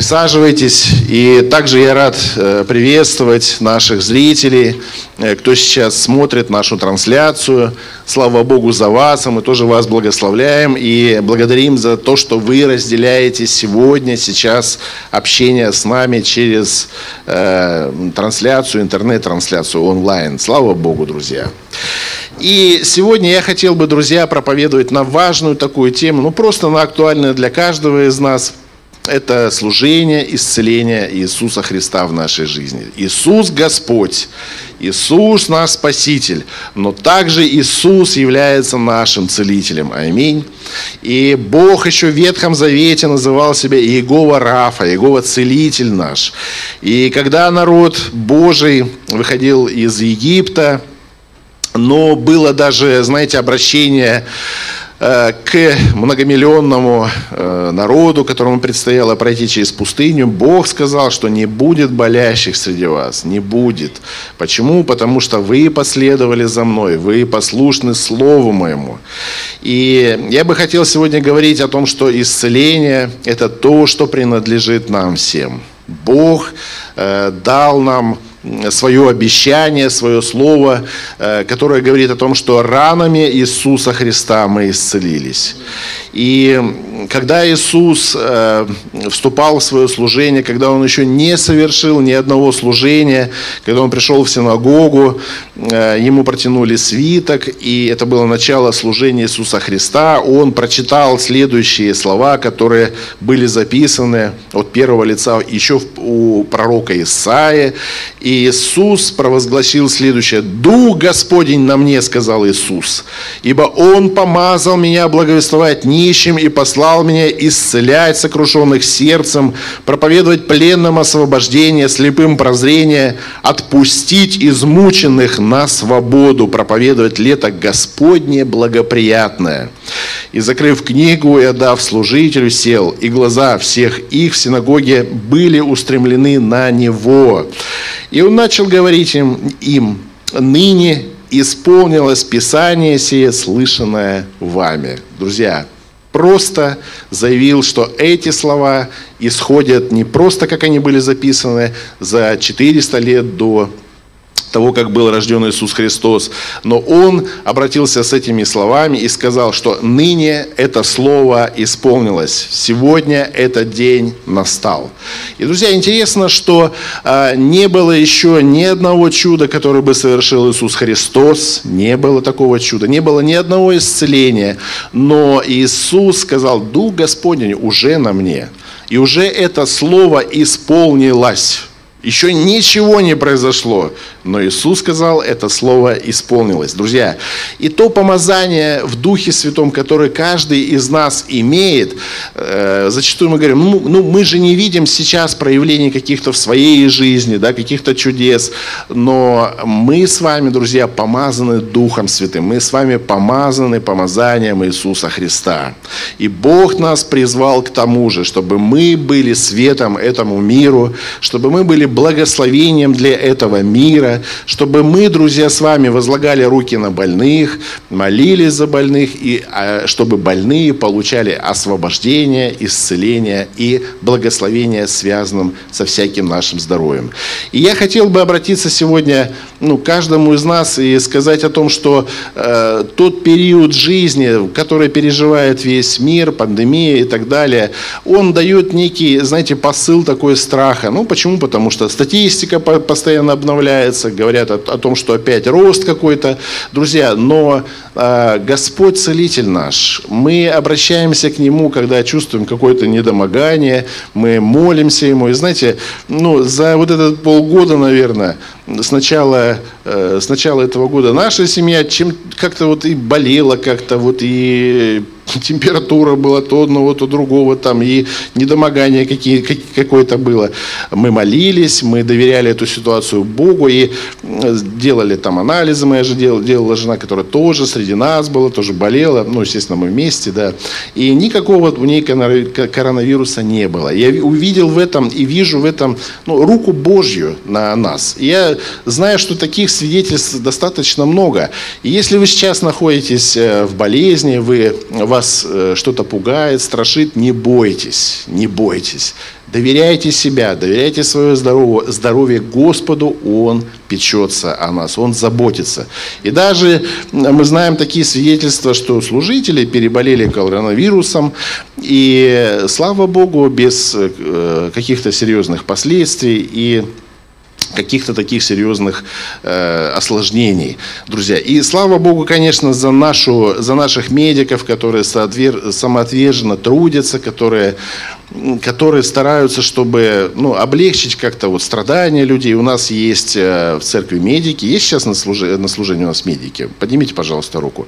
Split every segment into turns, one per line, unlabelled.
Присаживайтесь. И также я рад приветствовать наших зрителей, кто сейчас смотрит нашу трансляцию. Слава Богу за вас, а мы тоже вас благословляем и благодарим за то, что вы разделяете сегодня, сейчас общение с нами через трансляцию, интернет-трансляцию онлайн. Слава Богу, друзья. И сегодня я хотел бы, друзья, проповедовать на важную такую тему, просто на актуальную для каждого из нас. Это служение, исцеление Иисуса Христа в нашей жизни. Иисус Господь, Иисус наш Спаситель, но также Иисус является нашим целителем. Аминь. И Бог еще в Ветхом Завете называл себя Иегова Рафа, Иегова Целитель наш. И когда народ Божий выходил из Египта, но было даже, обращение к многомиллионному народу, которому предстояло пройти через пустыню, Бог сказал, что не будет болящих среди вас, не будет. Почему? Потому что вы последовали за мной, вы послушны Слову моему. И я бы хотел сегодня говорить о том, что исцеление – это то, что принадлежит нам всем. Бог дал нам свое обещание, свое слово, которое говорит о том, что ранами Иисуса Христа мы исцелились. И когда Иисус вступал в свое служение, когда Он еще не совершил ни одного служения, когда Он пришел в синагогу, Ему протянули свиток, и это было начало служения Иисуса Христа. Он прочитал следующие слова, которые были записаны от первого лица еще у пророка Исаии. И Иисус провозгласил следующее: «Дух Господень на мне, сказал Иисус, ибо Он помазал меня благовествовать нищим и послал меня исцелять сокрушенных сердцем, проповедовать пленным освобождение, слепым прозрение, отпустить измученных на свободу, проповедовать лето Господне благоприятное». И, закрыв книгу и отдав служителю, сел, и глаза всех их в синагоге были устремлены на Него. И Он начал говорить им: «Ныне исполнилось Писание сие, слышанное вами». Друзья, просто заявил, что эти слова исходят не просто, как они были записаны за 400 лет до того, как был рожден Иисус Христос, но Он обратился с этими словами и сказал, что ныне это слово исполнилось, сегодня этот день настал. И, друзья, интересно, что не было еще ни одного чуда, которое бы совершил Иисус Христос, не было такого чуда, не было ни одного исцеления, но Иисус сказал: «Дух Господень уже на мне», и уже это слово исполнилось. Еще ничего не произошло, но Иисус сказал, это слово исполнилось. Друзья, и то помазание в Духе Святом, которое каждый из нас имеет, зачастую мы говорим, мы же не видим сейчас проявлений каких-то в своей жизни, каких-то чудес, но мы с вами, друзья, помазаны Духом Святым, мы с вами помазаны помазанием Иисуса Христа. И Бог нас призвал к тому же, чтобы мы были светом этому миру, чтобы мы были благословением для этого мира, чтобы мы, друзья, с вами возлагали руки на больных, молились за больных, и чтобы больные получали освобождение, исцеление и благословение, связанным со всяким нашим здоровьем. И я хотел бы обратиться сегодня к каждому из нас и сказать о том, что тот период жизни, который переживает весь мир, пандемия и так далее, он дает некий, посыл такой страха. Почему? Потому что статистика постоянно обновляется, говорят о том, что опять рост какой-то. Друзья, но Господь Целитель наш, мы обращаемся к Нему, когда чувствуем какое-то недомогание, мы молимся Ему. И за вот этот полгода, наверное, с начала этого года наша семья как-то и болела, как-то и температура была то одного, то другого, и недомогание какое-то было. Мы молились, мы доверяли эту ситуацию Богу и делали анализы. Моя же делала жена, которая тоже среди нас была, тоже болела, естественно, мы вместе, и никакого у нее коронавируса не было. Я увидел в этом и вижу в этом руку Божью на нас. И я знаю, что таких свидетельств достаточно много. И если вы сейчас находитесь в болезни, вас вас что-то пугает, страшит, не бойтесь, не бойтесь. Доверяйте себя, доверяйте свое здоровье Господу, Он печется о нас, Он заботится. И даже мы знаем такие свидетельства, что служители переболели коронавирусом, и, слава Богу, без каких-то серьезных последствий и каких-то таких серьезных осложнений, друзья. И слава Богу, конечно, за наших медиков, которые самоотверженно трудятся, которые стараются, чтобы облегчить как-то страдания людей. У нас есть в церкви медики. Есть сейчас на служении у нас медики? Поднимите, пожалуйста, руку.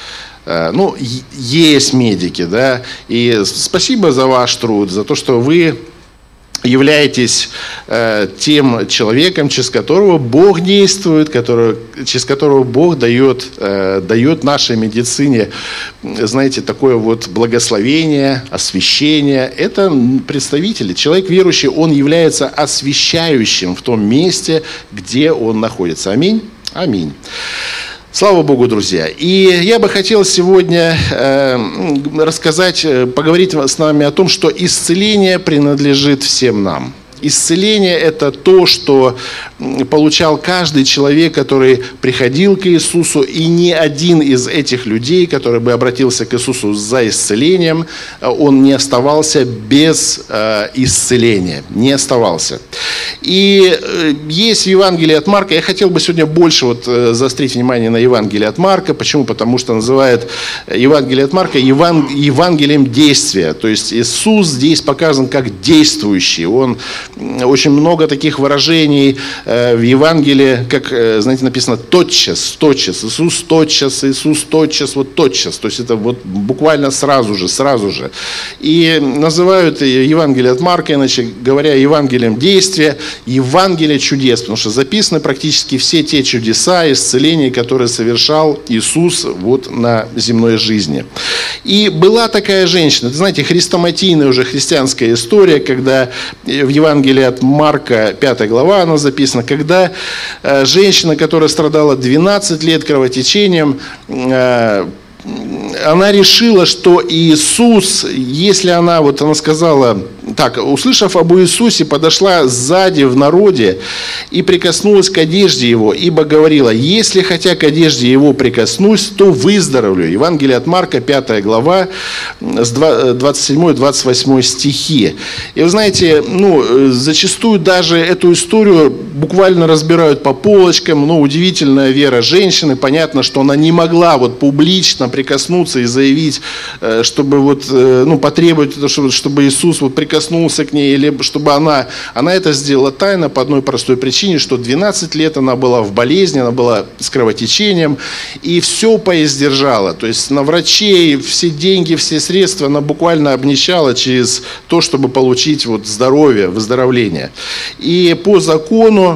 Есть медики, да. И спасибо за ваш труд, за то, что вы являетесь тем человеком, через которого Бог действует, через которого Бог дает нашей медицине, знаете, такое благословение, освящение. Это представители. Человек верующий, он является освящающим в том месте, где он находится. Аминь? Аминь. Слава Богу, друзья. И я бы хотел сегодня поговорить с вами о том, что исцеление принадлежит всем нам. Исцеление – это то, что получал каждый человек, который приходил к Иисусу, и ни один из этих людей, который бы обратился к Иисусу за исцелением, он не оставался без исцеления, не оставался. И есть в Евангелии от Марка, я хотел бы сегодня больше заострить внимание на Евангелии от Марка. Почему? Потому что называют Евангелие от Марка Евангелием действия. То есть Иисус здесь показан как действующий. Очень много таких выражений в Евангелии, как, знаете, написано тотчас, Иисус тотчас, тотчас. То есть это буквально сразу же. И называют Евангелие от Марка, иначе говоря, Евангелием действия, Евангелие чудес, потому что записаны практически все те чудеса, исцеления, которые совершал Иисус на земной жизни. И была такая женщина, знаете, хрестоматийная уже христианская история, когда в Евангелии от Марка, 5 глава, она записана, когда женщина, которая страдала 12 лет кровотечением, она решила, что Иисус, если она сказала, услышав об Иисусе, подошла сзади в народе и прикоснулась к одежде Его, ибо говорила, если хотя к одежде Его прикоснусь, то выздоровлю. Евангелие от Марка, 5 глава, с 27-28 стихи. И вы знаете, зачастую даже эту историю буквально разбирают по полочкам, удивительная вера женщины, понятно, что она не могла публично прикоснуться и заявить, чтобы потребовать, чтобы Иисус прикоснулся к ней, или чтобы она это сделала тайно по одной простой причине, что 12 лет она была в болезни, она была с кровотечением, и все поиздержала. То есть на врачей все деньги, все средства она буквально обнищала через то, чтобы получить здоровье, выздоровление. И по закону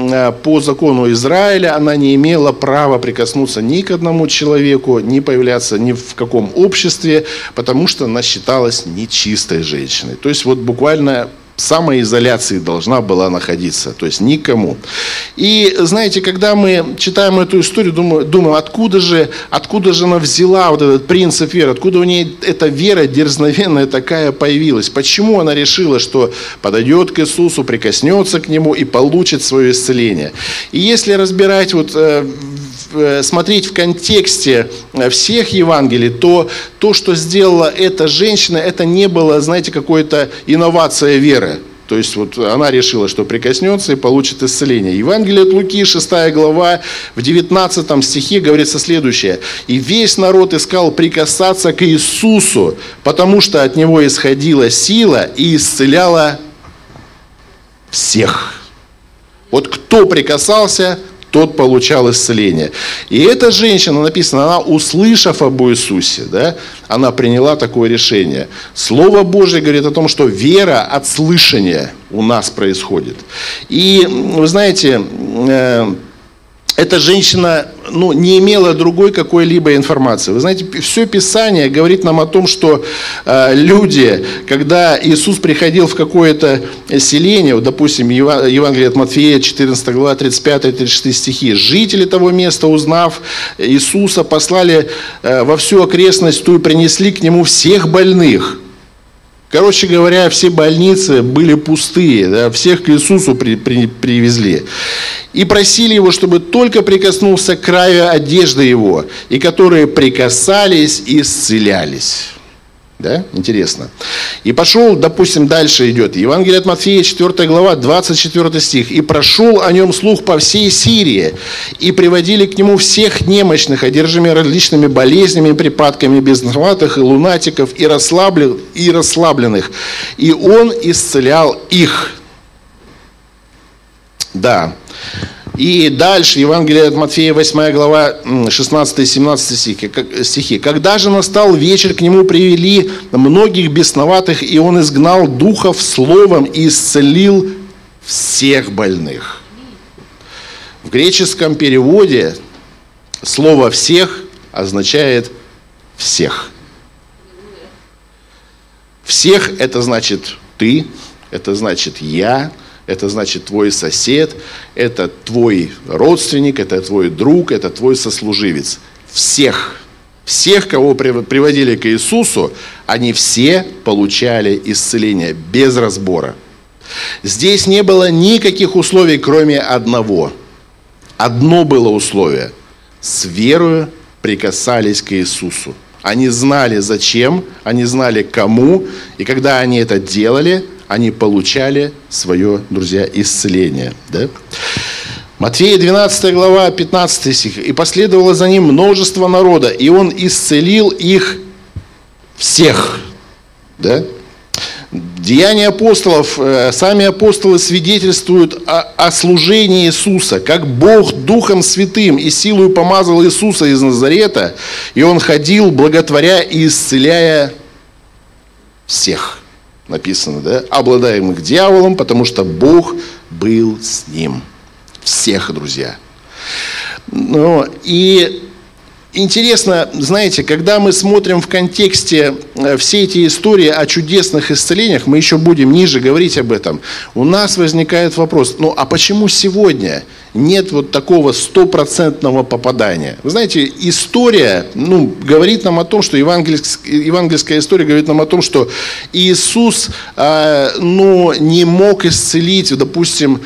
Израиля она не имела права прикоснуться ни к одному человеку, ни появляться ни в каком обществе, потому что она считалась нечистой женщиной. То есть буквально в самоизоляции должна была находиться, то есть никому. И знаете, когда мы читаем эту историю, думаем, откуда же она взяла этот принцип веры, откуда у нее эта вера дерзновенная такая появилась, почему она решила, что подойдет к Иисусу, прикоснется к Нему и получит свое исцеление. И если разбирать смотреть в контексте всех Евангелий, то, что сделала эта женщина, это не было, знаете, какой-то инновация веры. То есть она решила, что прикоснется и получит исцеление. Евангелие от Луки, 6 глава, в 19 стихе говорится следующее. «И весь народ искал прикасаться к Иисусу, потому что от Него исходила сила и исцеляла всех». Кто прикасался, тот получал исцеление. И эта женщина, написано, она, услышав об Иисусе, она приняла такое решение. Слово Божье говорит о том, что вера от слышания у нас происходит. И вы знаете, эта женщина не имела другой какой-либо информации. Вы знаете, все Писание говорит нам о том, что люди, когда Иисус приходил в какое-то селение, вот, допустим, Евангелие от Матфея, 14 глава, 35-36 стихи, жители того места, узнав Иисуса, послали во всю окрестность ту и принесли к Нему всех больных. Короче говоря, все больницы были пустые, да, всех к Иисусу привезли. И просили Его, чтобы только прикоснулся к краю одежды Его, и которые прикасались, исцелялись. Да? Интересно. И пошел, допустим, дальше идет. Евангелие от Матфея, 4 глава, 24 стих. «И прошел о нем слух по всей Сирии, и приводили к нему всех немощных, одержимых различными болезнями, припадками, бесноватых, и лунатиков, и расслабленных. И он исцелял их». Да. И дальше, Евангелие от Матфея, 8 глава, 16-17 стихи. «Когда же настал вечер, к нему привели многих бесноватых, и он изгнал духов словом и исцелил всех больных». В греческом переводе слово «всех» означает «всех». «Всех» – это значит «ты», это значит «я», это значит твой сосед, это твой родственник, это твой друг, это твой сослуживец. Всех. Всех, кого приводили к Иисусу, они все получали исцеление без разбора. Здесь не было никаких условий, кроме одного. Одно было условие. С верою прикасались к Иисусу. Они знали зачем, они знали кому, и когда они это делали, они получали свое, друзья, исцеление. Да? Матфея 12 глава, 15 стих. «И последовало за ним множество народа, и он исцелил их всех». Да? Деяния апостолов, сами апостолы свидетельствуют о служении Иисуса, как Бог Духом Святым и силою помазал Иисуса из Назарета, и он ходил, благотворя и исцеляя всех. Написано, да, обладаемых дьяволом, потому что Бог был с ним. Всех, друзья. И интересно, знаете, когда мы смотрим в контексте все эти истории о чудесных исцелениях, мы еще будем ниже говорить об этом, у нас возникает вопрос, а почему сегодня нет вот такого стопроцентного попадания? Вы знаете, история, говорит нам о том, что евангельская история говорит нам о том, что Иисус, не мог исцелить, допустим,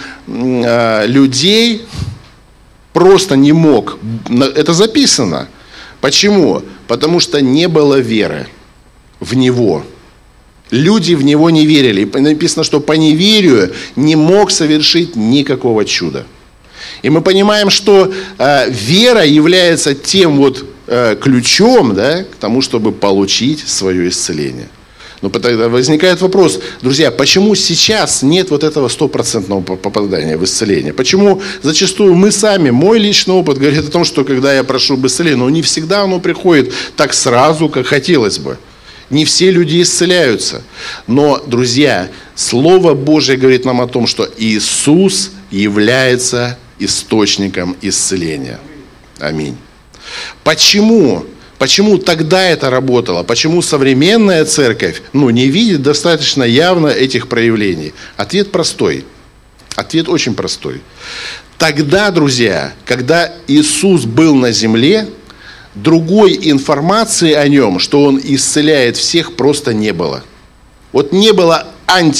людей, просто не мог. Это записано. Почему? Потому что не было веры в Него. Люди в Него не верили. И написано, что по неверию не мог совершить никакого чуда. И мы понимаем, что вера является тем ключом, да, к тому, чтобы получить свое исцеление. Но тогда возникает вопрос, друзья, почему сейчас нет вот этого стопроцентного попадания в исцеление? Почему зачастую мы сами, мой личный опыт говорит о том, что когда я прошу об исцелении, но не всегда оно приходит так сразу, как хотелось бы. Не все люди исцеляются. Но, друзья, Слово Божие говорит нам о том, что Иисус является источником исцеления. Аминь. Почему? Почему тогда это работало? Почему современная церковь не видит достаточно явно этих проявлений? Ответ простой. Ответ очень простой. Тогда, друзья, когда Иисус был на земле, другой информации о нем, что он исцеляет всех, просто не было. Вот не было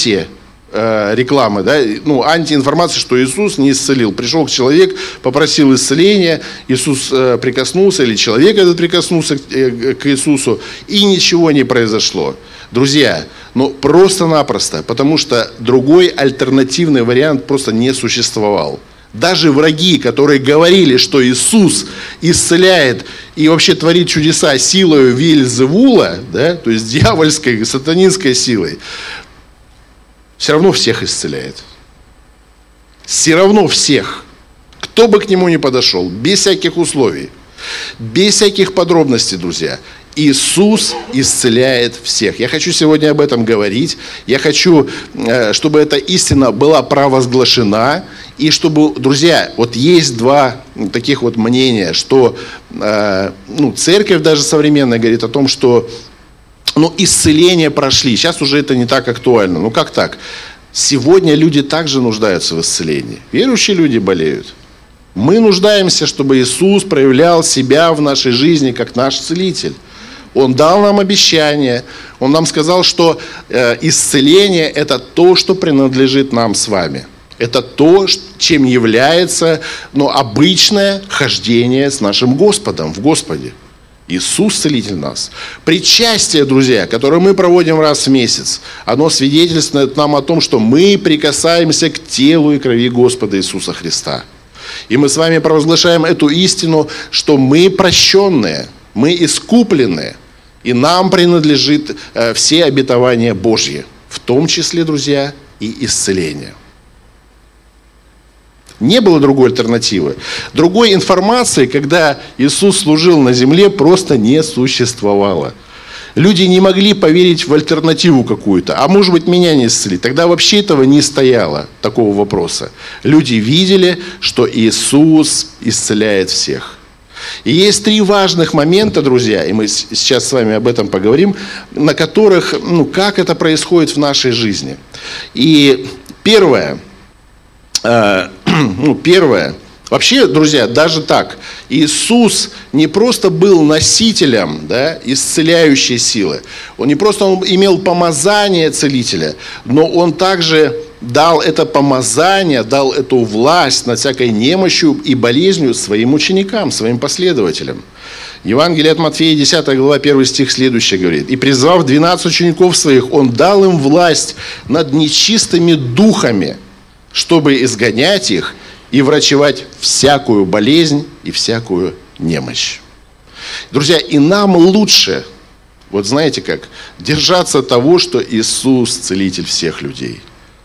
рекламы, да, антиинформации, что Иисус не исцелил. Пришел человек, попросил исцеления, Иисус прикоснулся, или человек этот прикоснулся к Иисусу, и ничего не произошло. Друзья, просто-напросто, потому что другой альтернативный вариант просто не существовал. Даже враги, которые говорили, что Иисус исцеляет и вообще творит чудеса силой Вельзевула, да, то есть дьявольской, сатанинской силой, все равно всех исцеляет. Все равно всех. Кто бы к нему ни подошел, без всяких условий, без всяких подробностей, друзья. Иисус исцеляет всех. Я хочу сегодня об этом говорить. Я хочу, чтобы эта истина была провозглашена. И чтобы, друзья, вот есть два таких вот мнения, что церковь даже современная говорит о том, что исцеления прошли. Сейчас уже это не так актуально. Ну как так? Сегодня люди также нуждаются в исцелении. Верующие люди болеют. Мы нуждаемся, чтобы Иисус проявлял себя в нашей жизни как наш целитель. Он дал нам обещание. Он нам сказал, что исцеление – это то, что принадлежит нам с вами. Это то, чем является обычное хождение с нашим Господом в Господе. Иисус целитель нас. Причастие, друзья, которое мы проводим раз в месяц, оно свидетельствует нам о том, что мы прикасаемся к телу и крови Господа Иисуса Христа. И мы с вами провозглашаем эту истину, что мы прощенные, мы искупленные, и нам принадлежит все обетования Божьи, в том числе, друзья, и исцеление. Не было другой альтернативы. Другой информации, когда Иисус служил на земле, просто не существовало. Люди не могли поверить в альтернативу какую-то. А может быть, меня не исцелить? Тогда вообще этого не стояло, такого вопроса. Люди видели, что Иисус исцеляет всех. И есть три важных момента, друзья, и мы сейчас с вами об этом поговорим, на которых, как это происходит в нашей жизни. И первое, вообще, друзья, даже так, Иисус не просто был носителем исцеляющей силы, Он не просто имел помазание целителя, но Он также дал это помазание, дал эту власть над всякой немощью и болезнью своим ученикам, своим последователям. Евангелие от Матфея, 10 глава, 1 стих следующее говорит. «И призвав 12 учеников своих, Он дал им власть над нечистыми духами, чтобы изгонять их и врачевать всякую болезнь и всякую немощь». Друзья, и нам лучше, вот знаете как, держаться того, что Иисус целитель всех людей.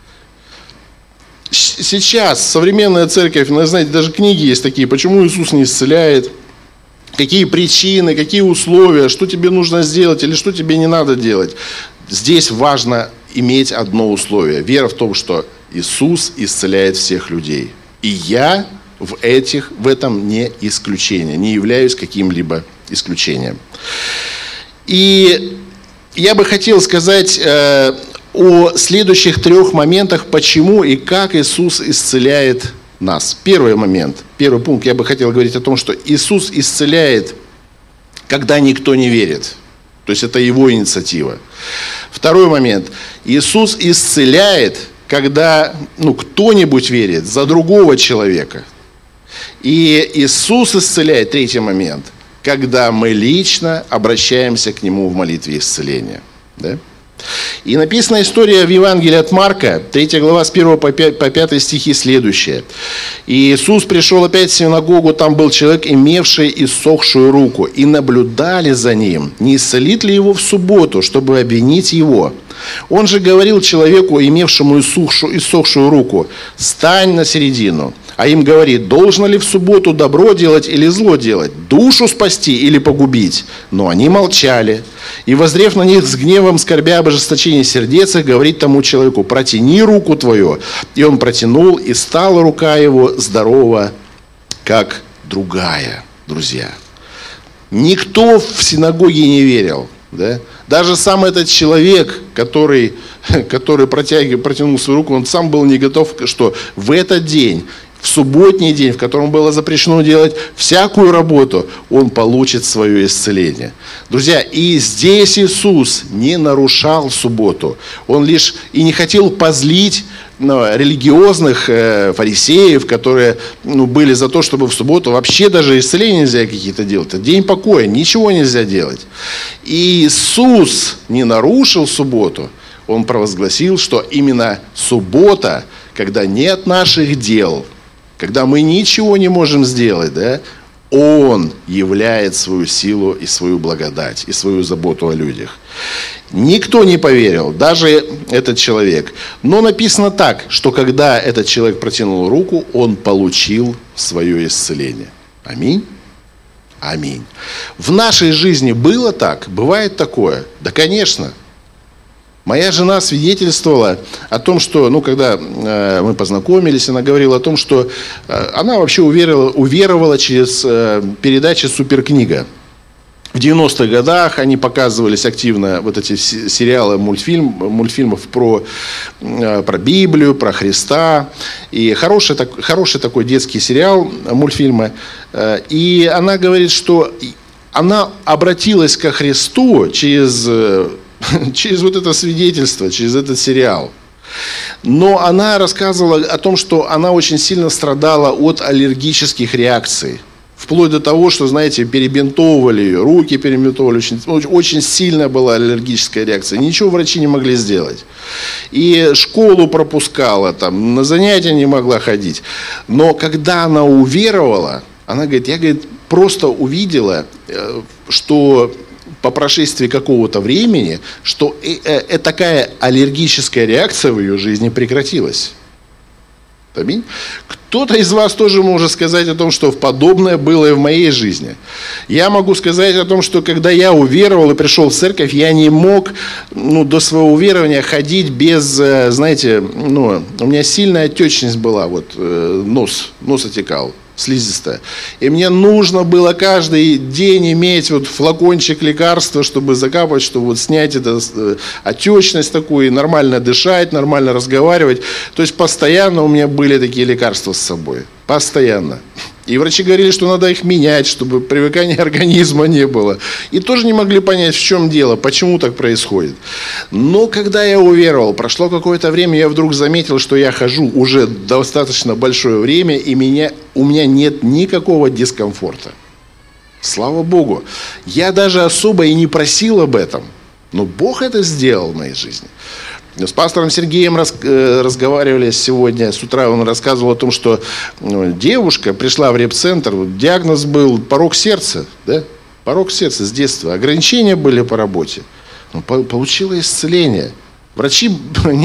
Сейчас современная церковь, знаете, даже книги есть такие, почему Иисус не исцеляет, какие причины, какие условия, что тебе нужно сделать или что тебе не надо делать. Здесь важно иметь одно условие. Вера в том, что Иисус исцеляет всех людей. И я в этом не исключение, не являюсь каким-либо исключением. И я бы хотел сказать о следующих трех моментах, почему и как Иисус исцеляет нас. Первый момент, первый пункт, я бы хотел говорить о том, что Иисус исцеляет, когда никто не верит. То есть это Его инициатива. Второй момент, Иисус исцеляет, когда кто-нибудь верит за другого человека. И Иисус исцеляет, третий момент, когда мы лично обращаемся к Нему в молитве исцеления. Да? И написана история в Евангелии от Марка, 3 глава с 1 по 5 стихи следующая. «И Иисус пришел опять в синагогу, там был человек, имевший иссохшую руку, и наблюдали за ним, не исцелит ли его в субботу, чтобы обвинить его. Он же говорил человеку, имевшему иссохшую руку, стань на середину. А им говорит, должно ли в субботу добро делать или зло делать, душу спасти или погубить? Но они молчали. И, воззрев на них с гневом, скорбя об ожесточении сердец их, говорит тому человеку, протяни руку твою. И он протянул, и стала рука его здорова, как другая, друзья. Никто в синагоге не верил. Да? Даже сам этот человек, который протянул свою руку, он сам был не готов, что в этот день, в субботний день, в котором было запрещено делать всякую работу, он получит свое исцеление. Друзья, и здесь Иисус не нарушал субботу. Он лишь и не хотел позлить религиозных фарисеев, которые были за то, чтобы в субботу вообще даже исцеления нельзя какие-то делать. Это день покоя, ничего нельзя делать. И Иисус не нарушил субботу. Он провозгласил, что именно суббота, когда нет наших дел, когда мы ничего не можем сделать, да, Он являет свою силу и свою благодать, и свою заботу о людях. Никто не поверил, даже этот человек. Но написано так, что когда этот человек протянул руку, он получил свое исцеление. Аминь. Аминь. В нашей жизни было так? Бывает такое? Да, конечно. Моя жена свидетельствовала о том, что, когда мы познакомились, она говорила о том, что она вообще уверовала через передачи «Суперкнига». В 90-х годах они показывались активно, вот эти сериалы, мультфильмов про Библию, про Христа. И хороший такой детский сериал, мультфильмы. И она говорит, что она обратилась ко Христу через вот это свидетельство, через этот сериал. Но она рассказывала о том, что она очень сильно страдала от аллергических реакций. Вплоть до того, что, знаете, перебинтовывали ее, руки перебинтовывали. Очень сильная была аллергическая реакция. Ничего врачи не могли сделать. И школу пропускала, на занятия не могла ходить. Но когда она уверовала, она говорит, я просто увидела, что по прошествии какого-то времени, что такая аллергическая реакция в ее жизни прекратилась. Аминь. Кто-то из вас тоже может сказать о том, что подобное было и в моей жизни. Я могу сказать о том, что когда я уверовал и пришел в церковь, я не мог до своего уверования ходить без, знаете, у меня сильная отечность была, нос отекал. Слизистая. И мне нужно было каждый день иметь флакончик лекарства, чтобы закапать, чтобы снять эту отечность такую, и нормально дышать, нормально разговаривать. То есть постоянно у меня были такие лекарства с собой. Постоянно. И врачи говорили, что надо их менять, чтобы привыкания организма не было. И тоже не могли понять, в чем дело, почему так происходит. Но когда я уверовал, прошло какое-то время, я вдруг заметил, что я хожу уже достаточно большое время, и у меня нет никакого дискомфорта. Слава Богу. Я даже особо и не просил об этом. Но Бог это сделал в моей жизни. С пастором Сергеем разговаривали сегодня с утра. Он рассказывал о том, что девушка пришла в реп-центр, диагноз был порок сердца, да? Порок сердца с детства, ограничения были по работе. Но получила исцеление. Врачи не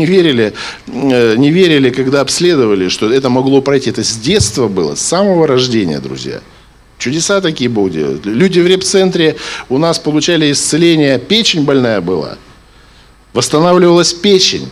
верили, когда обследовали, что это могло пройти. Это с детства было, с самого рождения, друзья. Чудеса такие Бог делает. Люди в реп-центре у нас получали исцеление, печень больная была. Восстанавливалась печень.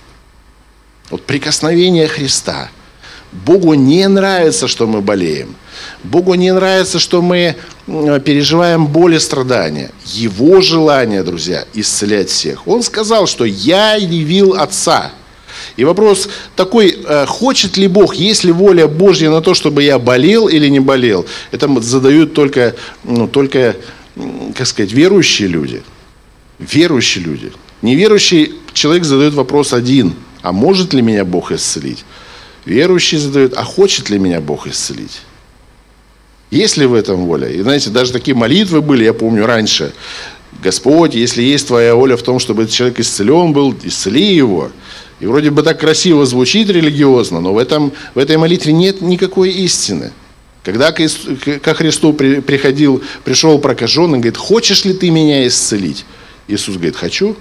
Прикосновение Христа. Богу не нравится, что мы болеем. Богу не нравится, что мы переживаем боль и страдания. Его желание, друзья, исцелять всех. Он сказал, что «Я явил Отца». И вопрос такой, хочет ли Бог, есть ли воля Божья на то, чтобы я болел или не болел? Это задают только верующие люди. Верующие люди. Неверующий человек задает вопрос один: а может ли меня Бог исцелить? Верующий задает: а хочет ли меня Бог исцелить? Есть ли в этом воля? И знаете, даже такие молитвы были, я помню раньше: Господь, если есть Твоя воля в том, чтобы этот человек исцелен был, исцели его. И вроде бы так красиво звучит религиозно, но в этой молитве нет никакой истины. Когда ко Христу пришел прокаженный, говорит: хочешь ли ты меня исцелить? Иисус говорит: хочу.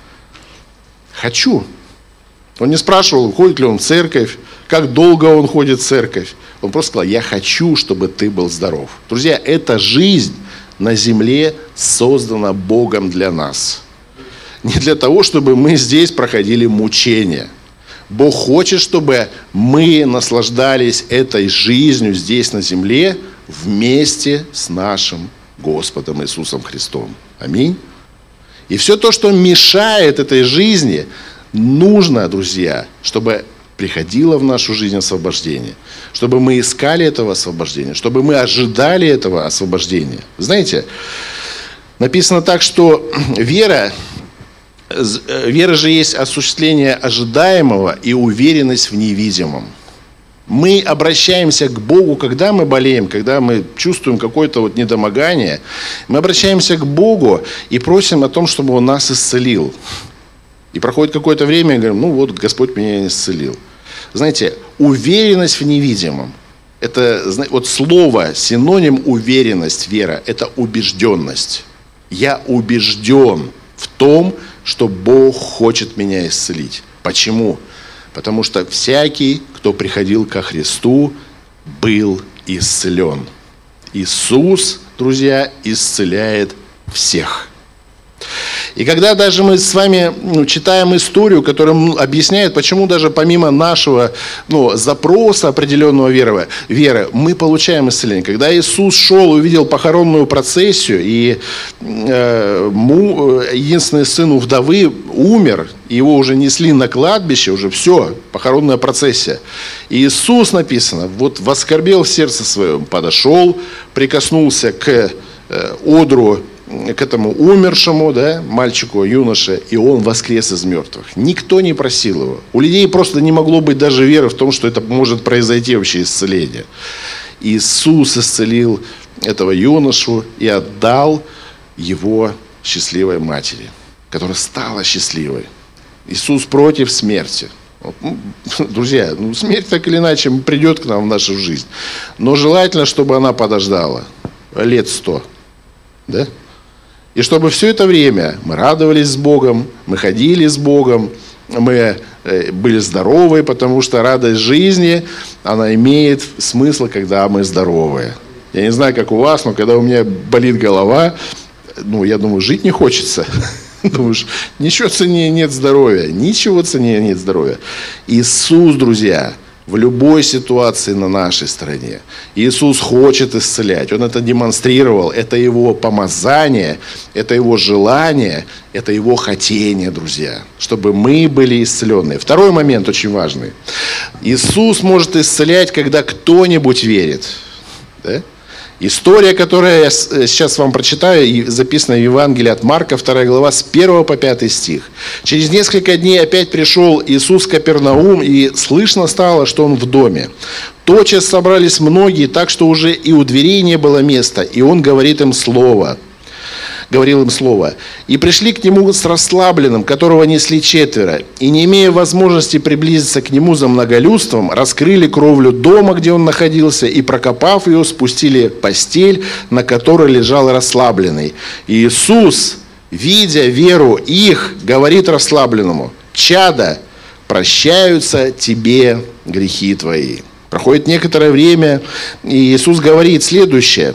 Хочу. Он не спрашивал, ходит ли он в церковь, как долго он ходит в церковь. Он просто сказал: я хочу, чтобы ты был здоров. Друзья, эта жизнь на земле создана Богом для нас. Не для того, чтобы мы здесь проходили мучения. Бог хочет, чтобы мы наслаждались этой жизнью здесь на земле вместе с нашим Господом Иисусом Христом. Аминь. И все то, что мешает этой жизни, нужно, друзья, чтобы приходило в нашу жизнь освобождение. Чтобы мы искали этого освобождения. Чтобы мы ожидали этого освобождения. Знаете, написано так, что вера же есть осуществление ожидаемого и уверенность в невидимом. Мы обращаемся к Богу, когда мы болеем, когда мы чувствуем какое-то недомогание. Мы обращаемся к Богу и просим о том, чтобы Он нас исцелил. И проходит какое-то время, и говорим: Господь меня исцелил. Знаете, уверенность в невидимом. Это слово, синоним уверенность, вера, это убежденность. Я убежден в том, что Бог хочет меня исцелить. Почему? Потому что всякий, кто приходил ко Христу, был исцелен. Иисус друзья, исцеляет всех. И когда даже мы с вами читаем историю, которая объясняет, почему даже помимо нашего запроса определенного веры, мы получаем исцеление. Когда Иисус шел, увидел похоронную процессию, и единственный сын у вдовы умер, его уже несли на кладбище, уже все, похоронная процессия. И Иисус, написано, вот воскорбел в сердце своем, подошел, прикоснулся к одру, к этому умершему, мальчику, юноше, и он воскрес из мертвых. Никто не просил его. У людей просто не могло быть даже веры в том, что это может произойти вообще исцеление. Иисус исцелил этого юношу и отдал его счастливой матери, которая стала счастливой. Иисус против смерти. Друзья, смерть так или иначе придет к нам в нашу жизнь. Но желательно, чтобы она подождала лет 100. Да? И чтобы все это время мы радовались с Богом, мы ходили с Богом, мы были здоровы, потому что радость жизни, она имеет смысл, когда мы здоровы. Я не знаю, как у вас, но когда у меня болит голова, я думаю, жить не хочется. Думаешь, ничего ценнее нет здоровья, ничего ценнее нет здоровья. Иисус, друзья, в любой ситуации на нашей стороне. Иисус хочет исцелять. Он это демонстрировал. Это Его помазание, это Его желание, это Его хотение, друзья. Чтобы мы были исцеленные. Второй момент очень важный. Иисус может исцелять, когда кто-нибудь верит. Да? История, которую я сейчас вам прочитаю, записана в Евангелии от Марка, 2 глава, с 1 по 5 стих. «Через несколько дней опять пришел Иисус в Капернаум, и слышно стало, что Он в доме. Тотчас собрались многие, так что уже и у дверей не было места, и Он говорил им слово. И пришли к Нему с расслабленным, которого несли 4, и, не имея возможности приблизиться к Нему за многолюдством, раскрыли кровлю дома, где Он находился, и, прокопав ее, спустили постель, на которой лежал расслабленный. И Иисус, видя веру их, говорит расслабленному: «Чадо, прощаются тебе грехи твои». Проходит некоторое время, и Иисус говорит следующее.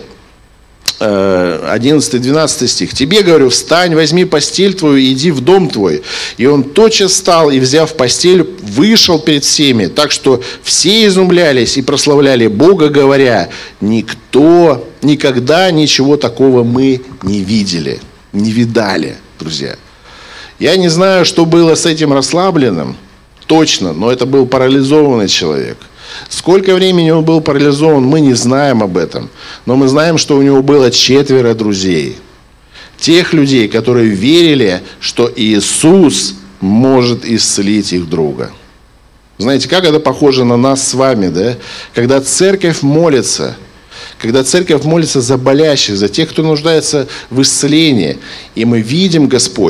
11-12 стих. «Тебе, говорю, встань, возьми постель твою и иди в дом твой». И он тотчас встал и, взяв постель, вышел перед всеми, так что все изумлялись и прославляли Бога, говоря: «Никто, никогда ничего такого мы не видели, не видали», друзья. Я не знаю, что было с этим расслабленным, точно, но это был парализованный человек. Сколько времени он был парализован, мы не знаем об этом. Но мы знаем, что у него было 4 друзей. Тех людей, которые верили, что Иисус может исцелить их друга. Знаете, как это похоже на нас с вами, да? Когда церковь молится за болящих, за тех, кто нуждается в исцелении, и мы видим,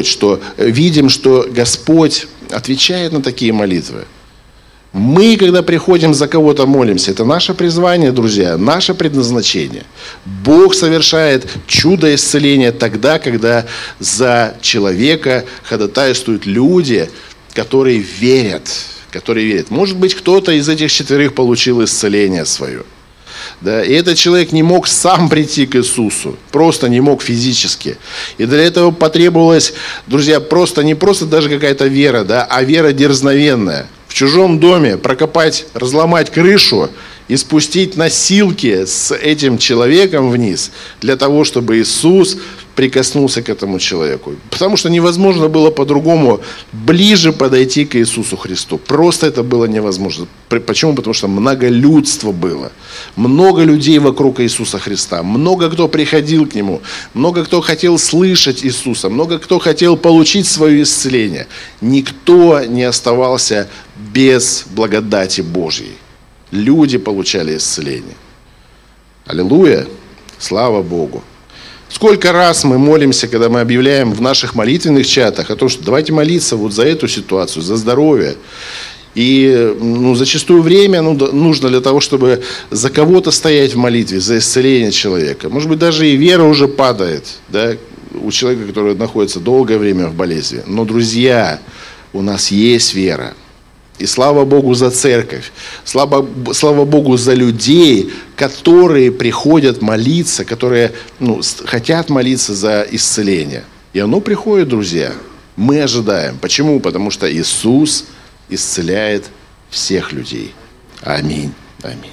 что Господь отвечает на такие молитвы. Мы, когда приходим за кого-то молимся, это наше призвание, друзья, наше предназначение. Бог совершает чудо исцеления тогда, когда за человека ходатайствуют люди, которые верят. Может быть, кто-то из этих 4 получил исцеление свое. Да? И этот человек не мог сам прийти к Иисусу, просто не мог физически. И для этого потребовалась, друзья, не просто даже какая-то вера, да, а вера дерзновенная. В чужом доме прокопать, разломать крышу и спустить носилки с этим человеком вниз, для того, чтобы Иисус прикоснулся к этому человеку. Потому что невозможно было по-другому ближе подойти к Иисусу Христу. Просто это было невозможно. Почему? Потому что многолюдство было. Много людей вокруг Иисуса Христа. Много кто приходил к Нему. Много кто хотел слышать Иисуса. Много кто хотел получить свое исцеление. Никто не оставался без благодати Божьей. Люди получали исцеление. Аллилуйя! Слава Богу! Сколько раз мы молимся, когда мы объявляем в наших молитвенных чатах о том, что давайте молиться вот за эту ситуацию, за здоровье. И зачастую время нужно для того, чтобы за кого-то стоять в молитве, за исцеление человека. Может быть, даже и вера уже падает, да, у человека, который находится долгое время в болезни. Но, друзья, у нас есть вера. И слава Богу за церковь, слава Богу за людей, которые приходят молиться, которые хотят молиться за исцеление. И оно приходит, друзья. Мы ожидаем. Почему? Потому что Иисус исцеляет всех людей. Аминь. Аминь.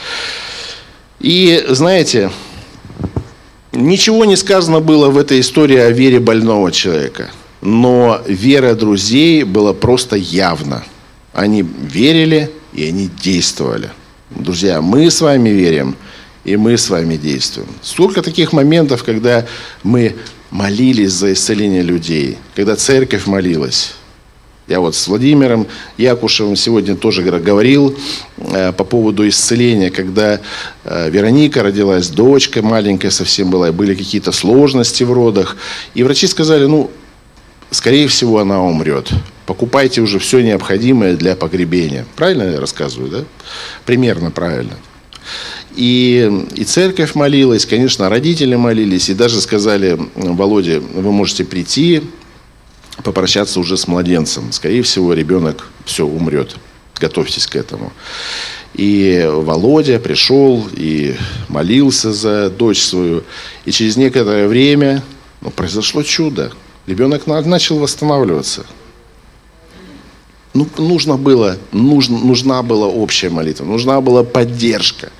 И знаете, ничего не сказано было в этой истории о вере больного человека. Но вера друзей была просто явна. Они верили, и они действовали. Друзья, мы с вами верим, и мы с вами действуем. Сколько таких моментов, когда мы молились за исцеление людей, когда церковь молилась. Я вот с Владимиром Якушевым сегодня тоже говорил по поводу исцеления, когда Вероника родилась, дочка маленькая совсем была, были какие-то сложности в родах. И врачи сказали, скорее всего, она умрет. Покупайте уже все необходимое для погребения. Правильно я рассказываю, да? Примерно правильно. И церковь молилась, конечно, родители молились. И даже сказали: Володя, вы можете прийти, попрощаться уже с младенцем. Скорее всего, ребенок все умрет. Готовьтесь к этому. И Володя пришел и молился за дочь свою. И через некоторое время произошло чудо. Ребенок начал восстанавливаться. Нужна была общая молитва, нужна была поддержка.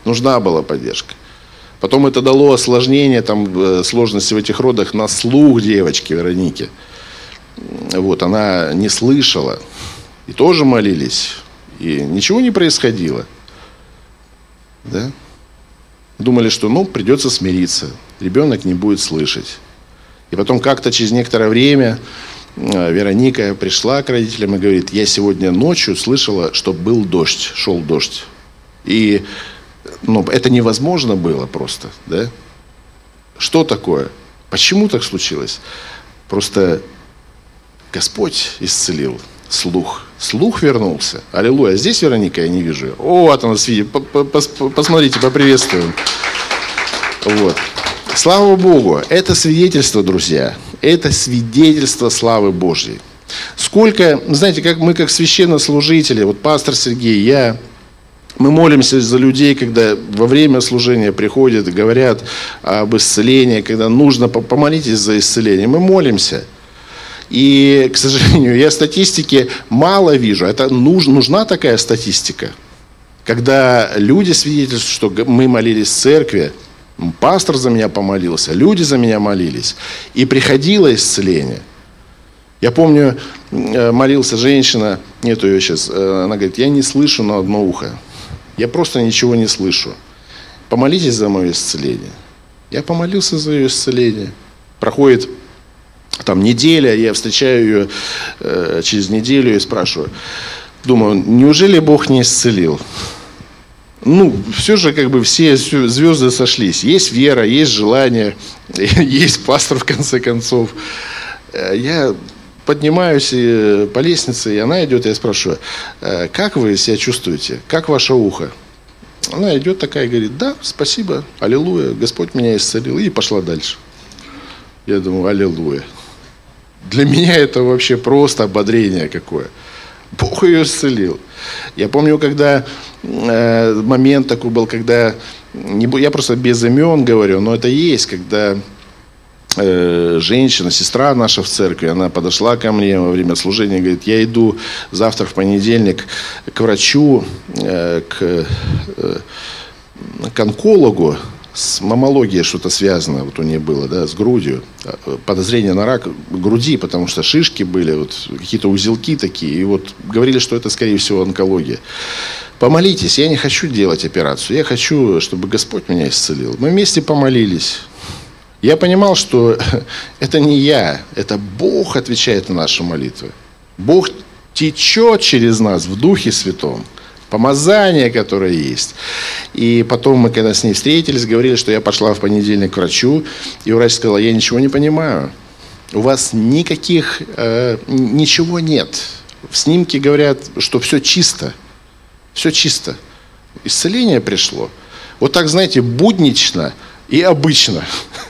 Потом это дало осложнение, сложности в этих родах на слух девочки Вероники. Она не слышала. И тоже молились. И ничего не происходило. Да? Думали, что придется смириться. Ребенок не будет слышать. И потом как-то через некоторое время Вероника пришла к родителям и говорит: я сегодня ночью слышала, что был дождь, шел дождь. И это невозможно было просто. Да? Что такое? Почему так случилось? Просто Господь исцелил слух. Слух вернулся. Аллилуйя. Здесь Вероника я не вижу. Вот она сидит. Посмотрите, поприветствуем. Слава Богу. Это свидетельство, друзья. Это свидетельство славы Божьей. Сколько, знаете, как священнослужители, пастор Сергей, я, мы молимся за людей, когда во время служения приходят и говорят об исцелении, когда нужно помолитесь за исцеление. Мы молимся. И, к сожалению, я статистики мало вижу. Это нужна такая статистика. Когда люди свидетельствуют, что мы молились в церкви, пастор за меня помолился, люди за меня молились, и приходило исцеление. Я помню, молился женщина, нету ее сейчас, она говорит: я не слышу на одно ухо. Я просто ничего не слышу. Помолитесь за мое исцеление. Я помолился за ее исцеление. Проходит неделя, я встречаю ее через неделю и спрашиваю. Думаю, неужели Бог не исцелил? Все же все звезды сошлись. Есть вера, есть желание, есть пастор в конце концов. Я поднимаюсь по лестнице, и она идет, и я спрашиваю: как вы себя чувствуете? Как ваше ухо? Она идет такая и говорит: да, спасибо, аллилуйя, Господь меня исцелил. И пошла дальше. Я думаю, аллилуйя. Для меня это вообще просто ободрение какое. Бог ее исцелил. Я помню, когда момент такой был, когда, я просто без имен говорю, но это есть, когда женщина, сестра наша в церкви, она подошла ко мне во время служения и говорит: я иду завтра в понедельник к врачу, к онкологу, с маммологией что-то связано, у нее было, да, с грудью, подозрение на рак груди, потому что шишки были, какие-то узелки такие, и говорили, что это, скорее всего, онкология. Помолитесь, я не хочу делать операцию, я хочу, чтобы Господь меня исцелил. Мы вместе помолились. Я понимал, что это не я, это Бог отвечает на наши молитвы. Бог течет через нас в Духе Святом. Помазание, которое есть. И потом мы, когда с ней встретились, говорили, что я пошла в понедельник к врачу, и врач сказал: я ничего не понимаю. У вас ничего нет. В снимке говорят, что все чисто. Все чисто. Исцеление пришло. Так, знаете, буднично и обычно.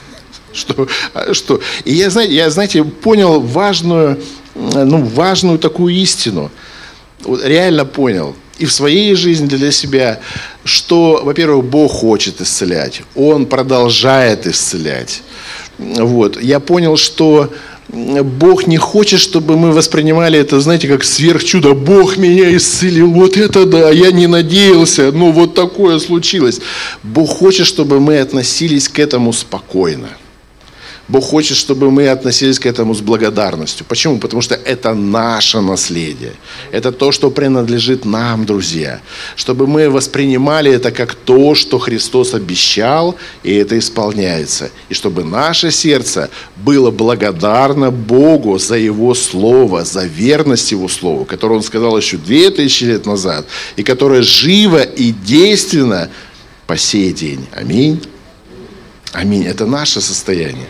И я, знаете, понял важную такую истину. вот реально понял и в своей жизни для себя, что, во-первых, Бог хочет исцелять. Он продолжает исцелять. Вот. Я понял, что Бог не хочет, чтобы мы воспринимали это, знаете, как сверхчудо. Бог меня исцелил, вот это да, я не надеялся, но вот такое случилось. Бог хочет, чтобы мы относились к этому спокойно. Бог хочет, чтобы мы относились к этому с благодарностью. Почему? Потому что это наше наследие. Это то, что принадлежит нам, друзья. Чтобы мы воспринимали это как то, что Христос обещал, и это исполняется. И чтобы наше сердце было благодарно Богу за Его Слово, за верность Его Слову, которое Он сказал еще 2000 лет назад, и которое живо и действенно по сей день. Аминь. Аминь. Это наше состояние.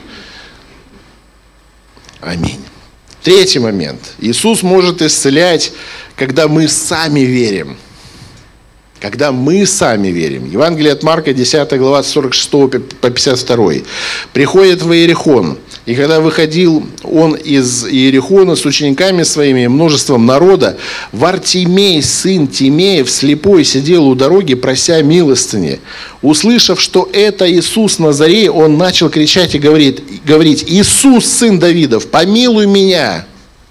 Аминь. Третий момент. Иисус может исцелять, когда мы сами верим. Когда мы сами верим. Евангелие от Марка, 10 глава, 46 по 52. «Приходит в Иерихон, и когда выходил он из Иерихона с учениками своими и множеством народа, Вартимей, сын Тимеев, слепой, сидел у дороги, прося милостыни. Услышав, что это Иисус Назарей, он начал кричать и говорить: „Иисус, сын Давидов, помилуй меня!“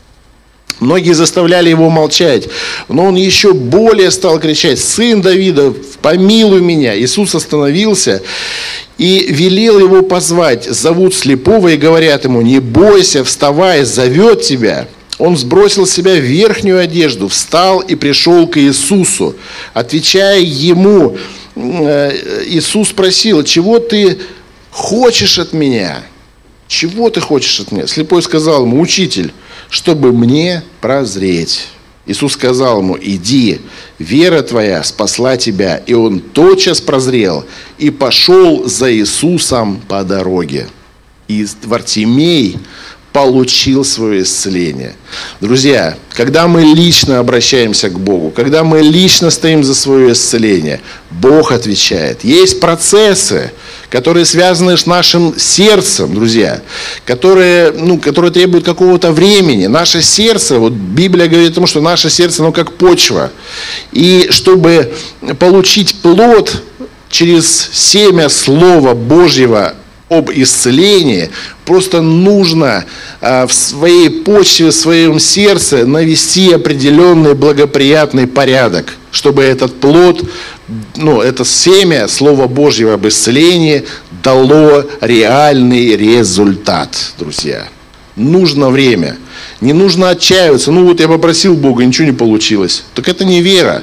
Многие заставляли его молчать, но он еще более стал кричать: „Сын Давидов, помилуй меня!“ Иисус остановился и велел его позвать. Зовут слепого и говорят ему: „Не бойся, вставай, зовет тебя“. Он сбросил с себя верхнюю одежду, встал и пришел к Иисусу. Отвечая ему, Иисус спросил: „Чего ты хочешь от меня?“ „Чего ты хочешь от меня?“ Слепой сказал ему: „Учитель, чтобы мне прозреть“. Иисус сказал ему: „Иди, вера твоя спасла тебя“. И он тотчас прозрел и пошел за Иисусом по дороге. И Вартимей получил свое исцеление. Друзья, когда мы лично обращаемся к Богу, когда мы лично стоим за свое исцеление, Бог отвечает. Есть процессы, которые связаны с нашим сердцем, друзья, которые требуют какого-то времени. Наше сердце, вот Библия говорит о том, что наше сердце, оно как почва. И чтобы получить плод через семя Слова Божьего об исцелении, просто нужно в своей почве, в своем сердце навести определенный благоприятный порядок, чтобы этот плод, это семя Слова Божьего об исцелении дало реальный результат, друзья. Нужно время. Не нужно отчаиваться. Я попросил Бога, ничего не получилось. Так это не вера.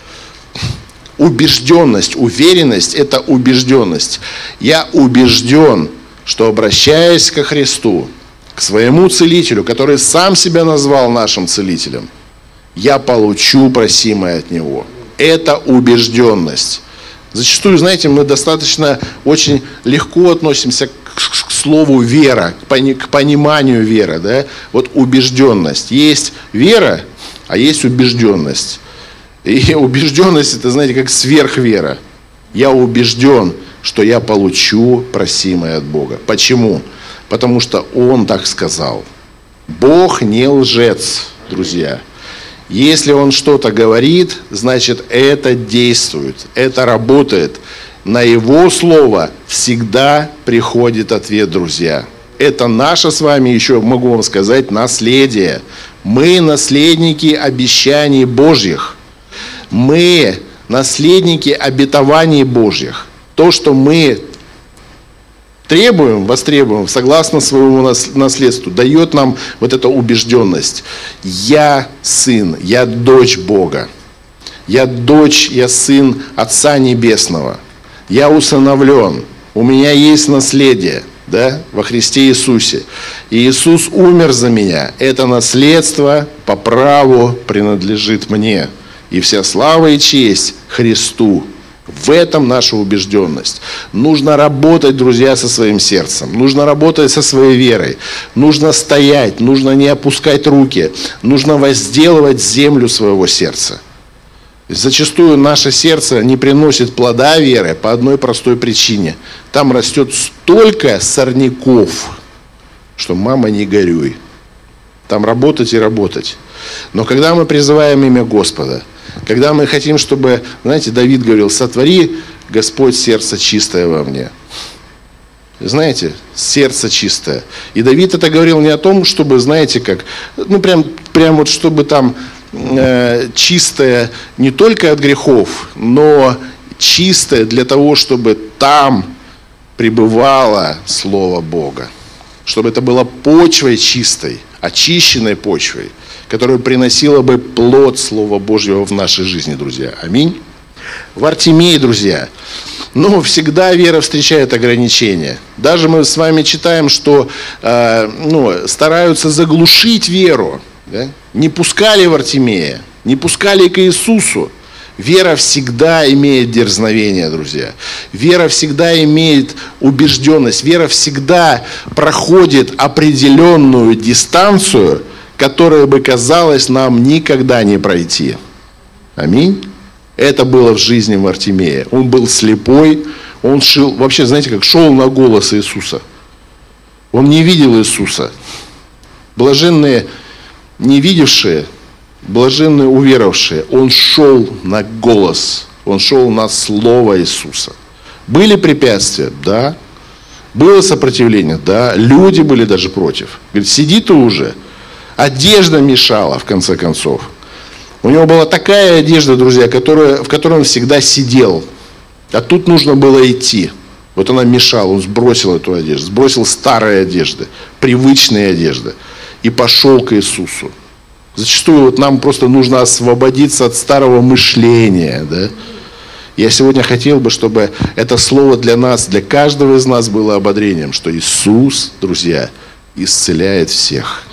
Убежденность, уверенность – это убежденность. Я убежден, что, обращаясь ко Христу, к своему целителю, который сам себя назвал нашим целителем, я получу просимое от Него. Это убежденность. Зачастую, знаете, мы достаточно очень легко относимся к слову вера, к пониманию веры. Да? Вот убежденность. Есть вера, а есть убежденность. И убежденность, это, знаете, как сверхвера. Я убежден, что я получу просимое от Бога. Почему? Потому что Он так сказал. Бог не лжец, друзья. Если Он что-то говорит, значит, это действует, это работает. На Его слово всегда приходит ответ, друзья. Это наше с вами, еще могу вам сказать, наследие. Мы наследники обещаний Божьих. Мы наследники обетований Божьих. То, что мы требуем, востребуем, согласно своему наследству, дает нам вот эту убежденность. Я сын, я дочь Бога. Я дочь, я сын Отца Небесного. Я усыновлен. У меня есть наследие, да, во Христе Иисусе. И Иисус умер за меня. Это наследство по праву принадлежит мне. И вся слава и честь Христу. В этом наша убежденность. Нужно работать, друзья, со своим сердцем. Нужно работать со своей верой. Нужно стоять, нужно не опускать руки. Нужно возделывать землю своего сердца. Зачастую наше сердце не приносит плода веры по одной простой причине. Там растет столько сорняков, что мама не горюй. там работать и работать. Но когда мы призываем имя Господа, когда мы хотим, чтобы, знаете, Давид говорил: «Сотвори, Господь, сердце чистое во мне». Знаете, сердце чистое. И Давид это говорил не о том, чтобы, знаете, как, прям вот чтобы там чистое не только от грехов, но чистое для того, чтобы там пребывало Слово Бога. Чтобы это было почвой чистой, очищенной почвой, которая приносила бы плод Слова Божьего в нашей жизни, друзья. Аминь. Вартимей, друзья. Но всегда вера встречает ограничения. Даже мы с вами читаем, что стараются заглушить веру. Да? Не пускали Вартимея, не пускали к Иисусу. Вера всегда имеет дерзновение, друзья. Вера всегда имеет убежденность. Вера всегда проходит определенную дистанцию, которая бы казалось нам никогда не пройти. Аминь. Это было в жизни Вартимея. Он был слепой, он шел, вообще, знаете, как шел на голос Иисуса. Он не видел Иисуса. Блаженные не видевшие, блаженные уверовавшие. Он шел на голос, он шел на слово Иисуса. Были препятствия? Да. Было сопротивление? Да. Люди были даже против. Говорит: сиди ты уже. Одежда мешала, в конце концов. У него была такая одежда, друзья, в которой он всегда сидел. А тут нужно было идти. Вот она мешала, он сбросил эту одежду, сбросил старые одежды, привычные одежды. И пошел к Иисусу. Зачастую вот нам просто нужно освободиться от старого мышления. Да? Я сегодня хотел бы, чтобы это слово для нас, для каждого из нас было ободрением, что Иисус, друзья, исцеляет всех.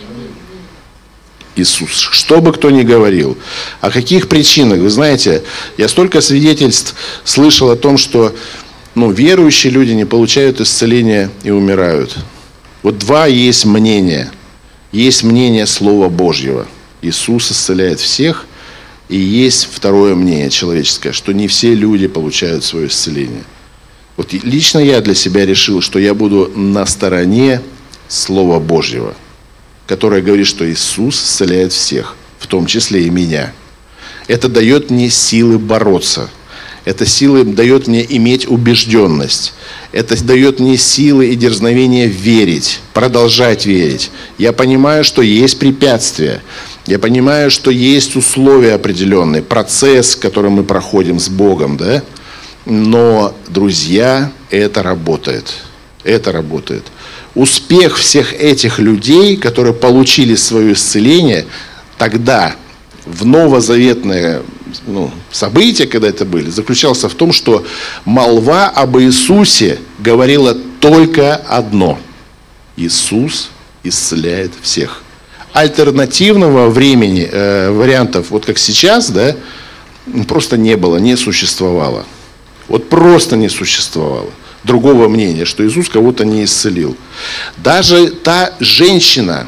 Иисус. Что бы кто ни говорил, о каких причинах. Вы знаете, я столько свидетельств слышал о том, что верующие люди не получают исцеления и умирают. Вот два есть мнения. Есть мнение Слова Божьего. Иисус исцеляет всех. И есть второе мнение человеческое, что не все люди получают свое исцеление. Вот лично я для себя решил, что я буду на стороне Слова Божьего, которое говорит, что Иисус исцеляет всех, в том числе и меня. Это дает мне силы бороться. Это силы дает мне иметь убежденность. Это дает мне силы и дерзновение верить, продолжать верить. Я понимаю, что есть препятствия. Я понимаю, что есть условия определенные, процесс, который мы проходим с Богом, да? Но, друзья, это работает. Это работает. Успех всех этих людей, которые получили свое исцеление, тогда в новозаветное событие, когда это были, заключался в том, что молва об Иисусе говорила только одно: Иисус исцеляет всех. Альтернативного времени, вариантов, вот как сейчас, да, просто не было, не существовало. Вот просто не существовало другого мнения, что Иисус кого-то не исцелил. Даже та женщина,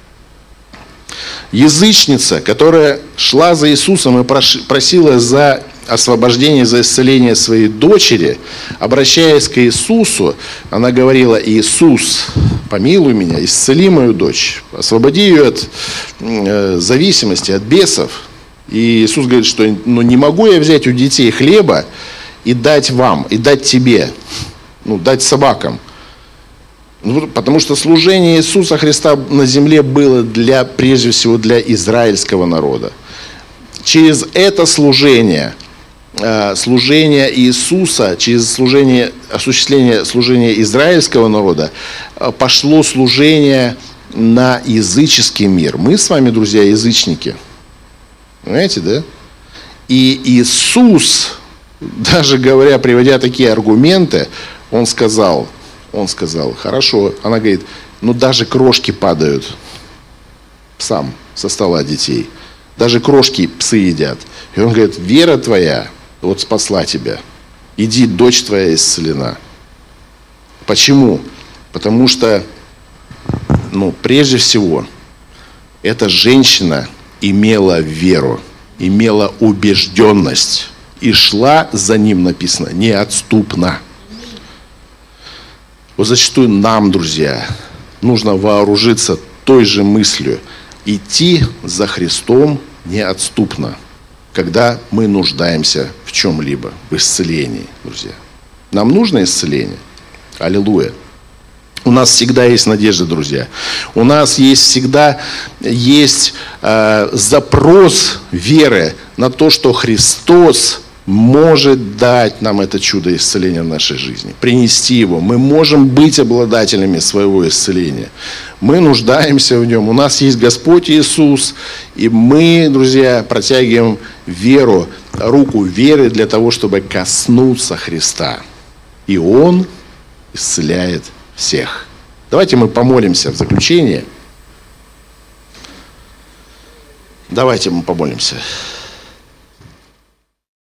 язычница, которая шла за Иисусом и просила за освобождение, за исцеление своей дочери, обращаясь к Иисусу, она говорила: Иисус, помилуй меня, исцели мою дочь, освободи ее от зависимости, от бесов. И Иисус говорит, что не могу я взять у детей хлеба и дать вам, и дать тебе, дать собакам. Потому что служение Иисуса Христа на земле было прежде всего для израильского народа. Через это служение Иисуса, через осуществление служения израильского народа, пошло служение на языческий мир. Мы с вами, друзья, язычники. Понимаете, да? И Иисус, даже приводя такие аргументы, Он сказал, хорошо. Она говорит: даже крошки падают псам со стола детей. Даже крошки псы едят. И Он говорит: вера твоя вот спасла тебя. Иди, дочь твоя исцелена. Почему? Потому что, прежде всего, эта женщина имела веру, имела убежденность и шла за Ним, написано, неотступно. Вот зачастую нам, друзья, нужно вооружиться той же мыслью. идти за Христом неотступно, когда мы нуждаемся в чем-либо, в исцелении, друзья. Нам нужно исцеление? Аллилуйя. У нас всегда есть надежда, друзья. У нас всегда есть запрос веры на то, что Христос может дать нам это чудо исцеления в нашей жизни, принести его. Мы можем быть обладателями своего исцеления. Мы нуждаемся в нем. У нас есть Господь Иисус, и мы, друзья, протягиваем веру, руку веры для того, чтобы коснуться Христа. И Он исцеляет всех. Давайте мы помолимся в заключение. Давайте мы помолимся.